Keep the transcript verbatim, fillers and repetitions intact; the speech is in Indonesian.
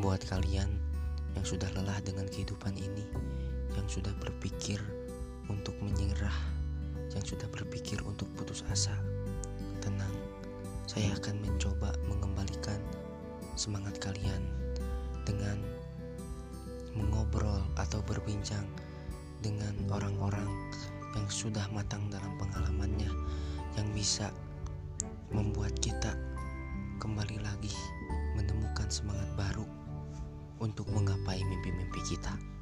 Buat kalian yang sudah lelah dengan kehidupan ini, yang sudah berpikir untuk menyerah, yang sudah berpikir untuk putus asa, tenang, saya akan mencoba mengembalikan semangat kalian dengan mengobrol atau berbincang dengan orang-orang yang sudah matang dalam pengalamannya, yang bisa membuat kita kembali lagi menemukan semangat baru untuk menggapai mimpi-mimpi kita.